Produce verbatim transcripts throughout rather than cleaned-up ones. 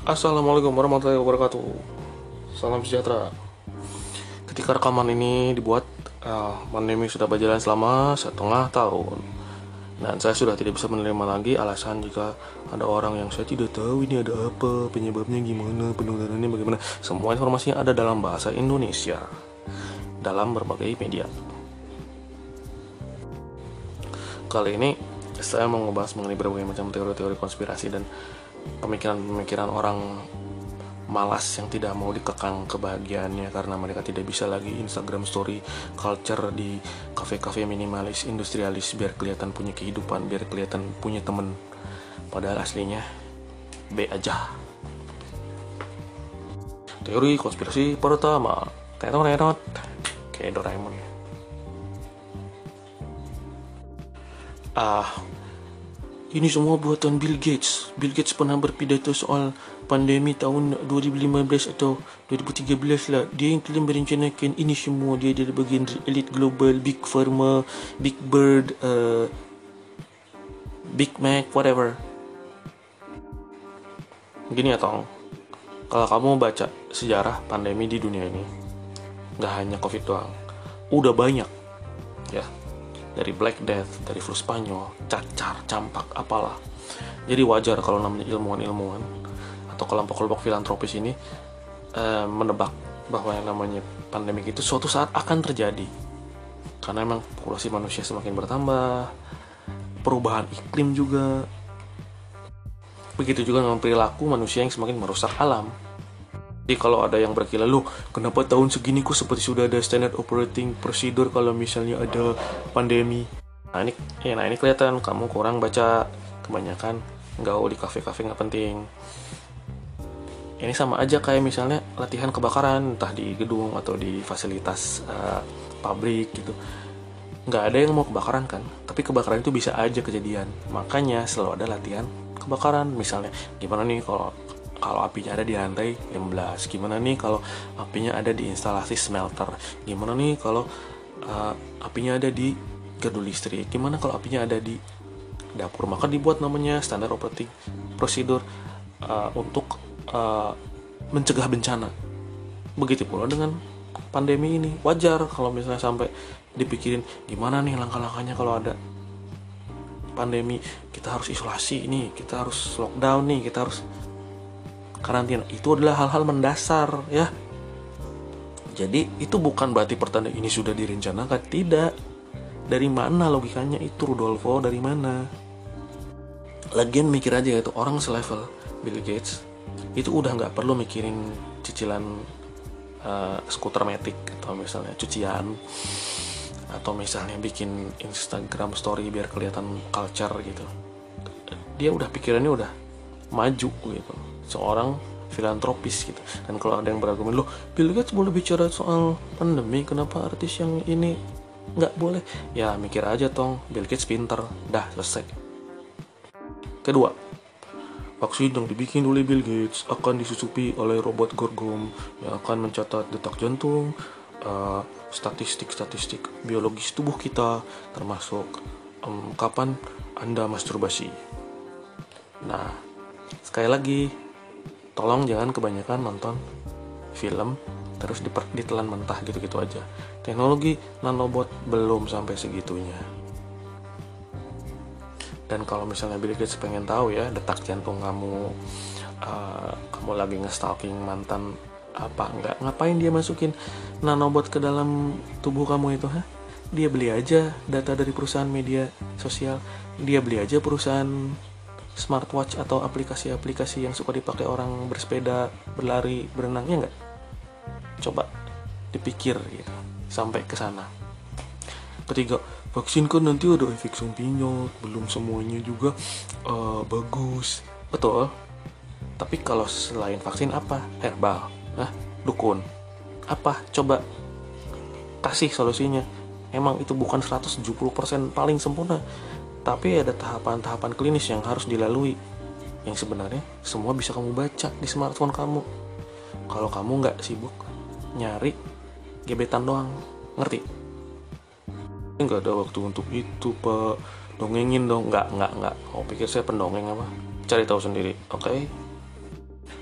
Assalamualaikum warahmatullahi wabarakatuh. Salam sejahtera. Ketika rekaman ini dibuat, uh, pandemi sudah berjalan selama setengah tahun. Dan saya sudah tidak bisa menerima lagi alasan jika ada orang yang saya tidak tahu ini ada apa, penyebabnya gimana, penularannya bagaimana. Semua informasinya ada dalam bahasa Indonesia, dalam berbagai media. Kali ini saya mau ngebahas mengenai berbagai macam teori-teori konspirasi dan pemikiran-pemikiran orang malas yang tidak mau dikekang kebahagiaannya karena mereka tidak bisa lagi Instagram story culture di kafe-kafe minimalis industrialis biar kelihatan punya kehidupan, biar kelihatan punya temen, padahal aslinya B aja. Teori konspirasi pertama, tetot-tetot kayak Doraemon. Ah, ini semua buatan Bill Gates. Bill Gates pernah berpidato soal pandemi tahun dua ribu lima belas atau dua ribu tiga belas lah. Dia yang telah merencanakan ini semua. Dia adalah bagian elit global, Big Pharma, Big Bird, uh, Big Mac, whatever. Gini ya Tong, kalau kamu baca sejarah pandemi di dunia ini, gak hanya COVID doang, udah banyak ya. Dari Black Death, dari flu Spanyol, cacar, campak, apalah. Jadi wajar kalau namanya ilmuwan-ilmuwan atau kelompok-kelompok filantropis ini eh, menebak bahwa yang namanya pandemi itu suatu saat akan terjadi. Karena memang populasi manusia semakin bertambah, perubahan iklim juga. Begitu juga dengan perilaku manusia yang semakin merusak alam. Jadi kalau ada yang berkira, loh kenapa tahun segini kok seperti sudah ada standard operating procedure kalau misalnya ada pandemi. Nah ini, ya, nah ini kelihatan kamu kurang baca, kebanyakan gaul di kafe-kafe nggak penting. Ini sama aja kayak misalnya latihan kebakaran, entah di gedung atau di fasilitas uh, pabrik gitu. Nggak ada yang mau kebakaran kan, tapi kebakaran itu bisa aja kejadian. Makanya selalu ada latihan kebakaran. Misalnya gimana nih kalau Kalau apinya ada di lantai lima belas, gimana nih kalau apinya ada di instalasi smelter, gimana nih kalau uh, apinya ada di gardu listrik, gimana kalau apinya ada di dapur. Maka dibuat namanya standar operating procedure uh, untuk uh, mencegah bencana. Begitu pula dengan pandemi ini, wajar kalau misalnya sampai dipikirin gimana nih langkah-langkahnya kalau ada pandemi, kita harus isolasi ini, kita harus lockdown nih, kita harus karantina. Itu adalah hal-hal mendasar ya. Jadi itu bukan berarti pertanda ini sudah direncanakan, tidak. Dari mana logikanya itu, Rudolfo? Dari mana? Lagian mikir aja itu orang selevel Bill Gates itu udah nggak perlu mikirin cicilan uh, skuter matic atau misalnya cucian atau misalnya bikin Instagram story biar kelihatan culture gitu. Dia udah pikirannya udah maju gitu, seorang filantropis gitu. Dan kalau ada yang berargumen, loh Bill Gates boleh bicara soal pandemi, kenapa artis yang ini nggak boleh? Ya mikir aja Tong, Bill Gates pinter, dah selesai. Kedua, vaksin yang dibikin oleh Bill Gates akan disusupi oleh robot Gorgom yang akan mencatat detak jantung, uh, statistik-statistik biologis tubuh kita, termasuk um, kapan Anda masturbasi. Nah, sekali lagi, tolong jangan kebanyakan nonton film terus diper- ditelan mentah gitu-gitu aja. Teknologi nanobot belum sampai segitunya. Dan kalau misalnya Bill Gates pengen tahu ya detak jantung kamu, uh, kamu lagi nge-stalking mantan apa enggak, ngapain dia masukin nanobot ke dalam tubuh kamu itu, ha? Dia beli aja data dari perusahaan media sosial, dia beli aja perusahaan smartwatch atau aplikasi-aplikasi yang suka dipakai orang bersepeda, berlari, berenang, ya nggak? Coba dipikir gitu, sampai ke sana. Ketiga, vaksin kan nanti ada efek sampingnya, belum semuanya juga uh, bagus. Betul. Tapi kalau selain vaksin apa? Herbal, nah, dukun. Apa? Coba kasih solusinya. Emang itu bukan seratus tujuh puluh persen paling sempurna, tapi ada tahapan-tahapan klinis yang harus dilalui, yang sebenarnya semua bisa kamu baca di smartphone kamu. Kalau kamu nggak sibuk nyari gebetan doang, ngerti? Nggak ada waktu untuk itu Pak, dongengin dong. Nggak, nggak, nggak. Oh pikir saya pendongeng apa? Cari tahu sendiri, oke? Okay?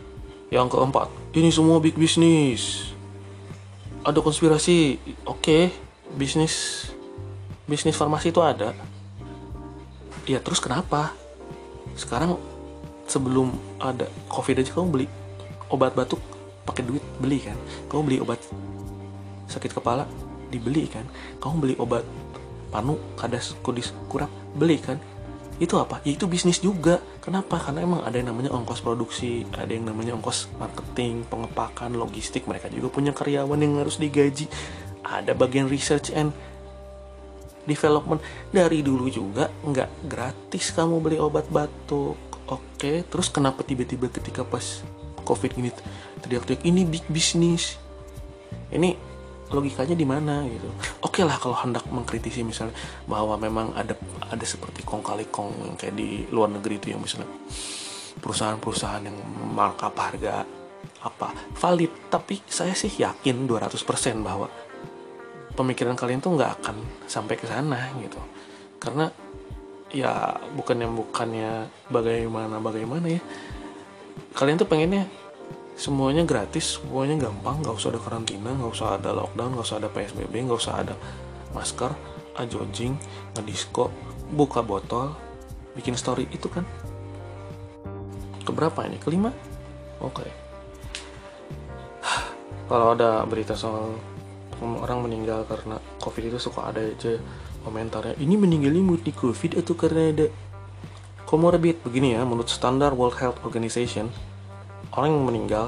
Yang keempat, ini semua big business. Ada konspirasi. Oke, bisnis bisnis farmasi itu ada. Ya terus kenapa? Sekarang sebelum ada covid aja kamu beli obat batuk pakai duit, beli kan? Kamu beli obat sakit kepala dibeli kan? Kamu beli obat panu, kadas, kudis, kurap, beli kan? Itu apa? Ya itu bisnis juga. Kenapa? Karena emang ada yang namanya ongkos produksi, ada yang namanya ongkos marketing, pengepakan, logistik. Mereka juga punya karyawan yang harus digaji. Ada bagian research and development. Dari dulu juga nggak gratis kamu beli obat batuk. Oke, terus kenapa tiba-tiba ketika pas covid ini teriak-teriak ini big business? Ini logikanya di mana gitu? Oke lah kalau hendak mengkritisi misalnya bahwa memang ada ada seperti kong kali kong yang kayak di luar negeri itu yang misalnya perusahaan-perusahaan yang markup harga apa valid, tapi saya sih yakin dua ratus persen bahwa pemikiran kalian tuh nggak akan sampai ke sana gitu. Karena ya bukannya bukannya bagaimana bagaimana ya, kalian tuh pengennya semuanya gratis, semuanya gampang, nggak usah ada karantina, nggak usah ada lockdown, nggak usah ada P S B B, nggak usah ada masker, ajojing, ngedisko, buka botol, bikin story. Itu kan keberapa ini? Kelima? Oke. Okay. Kalau ada berita soal orang meninggal karena covid itu suka ada aja komentarnya, ini meninggalnya murni covid atau karena ada comorbid. Begini ya, menurut standar World Health Organization, orang yang meninggal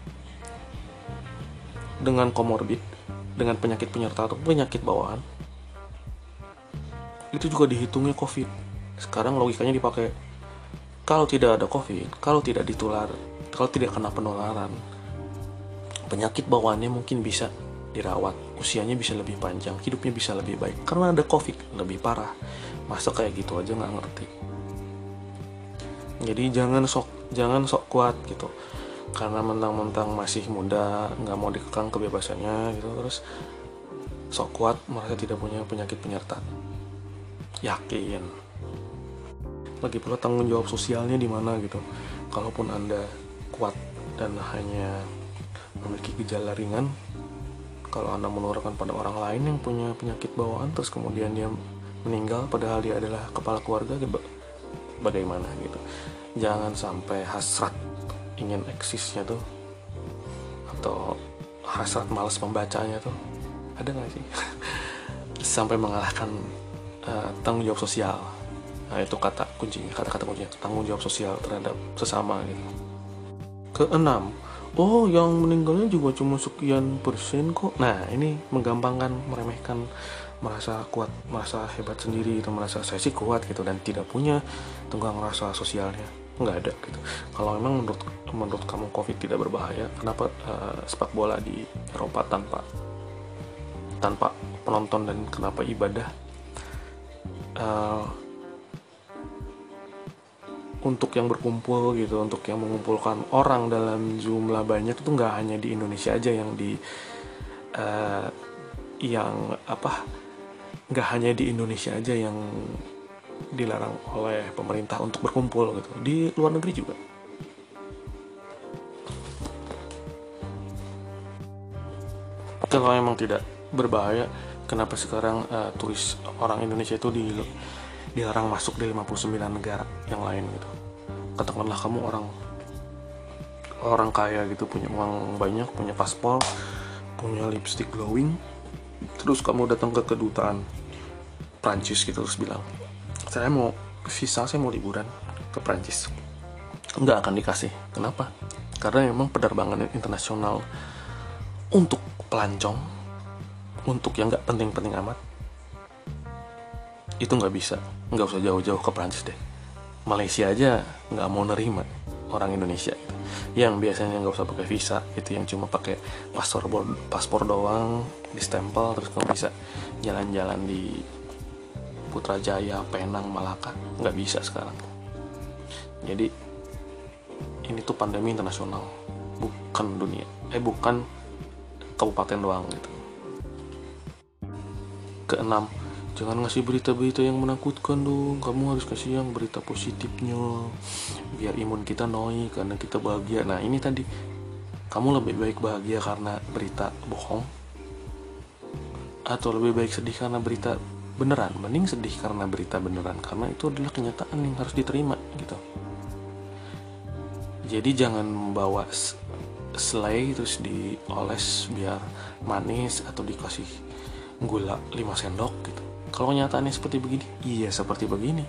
dengan comorbid, dengan penyakit penyerta atau penyakit bawaan, itu juga dihitungnya covid. Sekarang logikanya dipakai, kalau tidak ada covid, kalau tidak ditular, kalau tidak kena penularan, penyakit bawaannya mungkin bisa dirawat, usianya bisa lebih panjang, hidupnya bisa lebih baik. Karena ada covid lebih parah. Masa kayak gitu aja nggak ngerti. Jadi jangan sok jangan sok kuat gitu, karena mentang-mentang masih muda nggak mau dikekang kebebasannya gitu, terus sok kuat merasa tidak punya penyakit penyerta. Yakin. Lagi pula tanggung jawab sosialnya di mana gitu. Kalaupun Anda kuat dan hanya memiliki gejala ringan, kalau Anda menularkan pada orang lain yang punya penyakit bawaan, terus kemudian dia meninggal padahal dia adalah kepala keluarga, bagaimana gitu. Jangan sampai hasrat ingin eksisnya tuh, atau hasrat malas membacanya tuh, ada nggak sih? Sampai mengalahkan uh, tanggung jawab sosial. Nah itu kata kuncinya, kata-kata kuncinya, tanggung jawab sosial terhadap sesama gitu. Keenam, oh yang meninggalnya juga cuma sekian persen kok. Nah ini menggampangkan, meremehkan, merasa kuat, merasa hebat sendiri, itu merasa saya sih kuat gitu, dan tidak punya tunggang rasa sosialnya. Nggak ada gitu. Kalau memang menurut menurut kamu covid tidak berbahaya, kenapa uh, sepak bola di Eropa tanpa tanpa penonton, dan kenapa ibadah uh, untuk yang berkumpul gitu, untuk yang mengumpulkan orang dalam jumlah banyak itu nggak hanya di Indonesia aja yang di uh, yang apa nggak hanya di Indonesia aja yang dilarang oleh pemerintah untuk berkumpul gitu, di luar negeri juga. Kalau memang tidak berbahaya, kenapa sekarang uh, turis orang Indonesia itu di dilarang masuk di lima puluh sembilan negara yang lain gitu? Katakanlah kamu orang orang kaya gitu, punya uang banyak, punya paspor, punya lipstick glowing, terus kamu datang ke kedutaan Prancis gitu, terus bilang, saya mau visa, saya mau liburan ke Prancis. Nggak akan dikasih. Kenapa? Karena memang penerbangan internasional untuk pelancong, untuk yang nggak penting-penting amat, itu nggak bisa. Nggak usah jauh-jauh ke Prancis deh. Malaysia aja nggak mau nerima orang Indonesia gitu, yang biasanya nggak usah pakai visa, itu yang cuma pakai paspor paspor doang, di stempel, terus kamu bisa jalan-jalan di Putrajaya, Penang, Malaka. Nggak bisa sekarang. Jadi ini tuh pandemi internasional, bukan dunia, eh bukan kabupaten doang gitu. Keenam, jangan ngasih berita-berita yang menakutkan dong. Kamu harus kasih yang berita positifnya, biar imun kita naik, karena kita bahagia. Nah ini tadi Kamu lebih baik bahagia karena berita bohong, atau lebih baik sedih karena berita beneran? Mending sedih karena berita beneran, karena itu adalah kenyataan yang harus diterima gitu. Jadi jangan bawa selai terus dioles biar manis atau dikasih gula lima sendok gitu. Kalau kenyataannya seperti begini, iya seperti begini.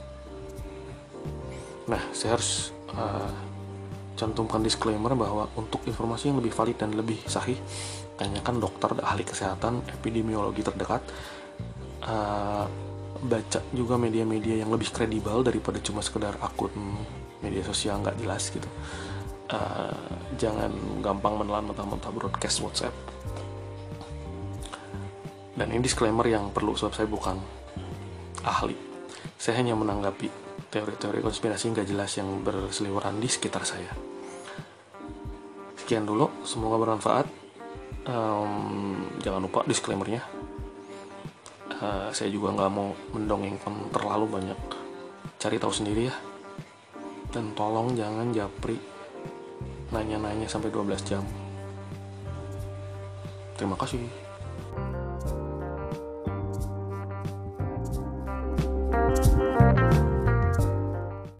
Nah, saya harus uh, cantumkan disclaimer bahwa untuk informasi yang lebih valid dan lebih sahih, tanyakan dokter, ahli kesehatan, epidemiologi terdekat. Uh, baca juga media-media yang lebih kredibel daripada cuma sekedar akun media sosial nggak jelas gitu. Uh, jangan gampang menelan mentah-mentah broadcast WhatsApp. Dan ini disclaimer yang perlu, sebab saya bukan ahli. Saya hanya menanggapi teori-teori konspirasi nggak jelas yang berseliweran di sekitar saya. Sekian dulu, semoga bermanfaat. Um, jangan lupa disclaimernya. Uh, saya juga nggak mau mendongengkan terlalu banyak. Cari tahu sendiri ya. Dan tolong jangan japri nanya-nanya sampai dua belas jam. Terima kasih.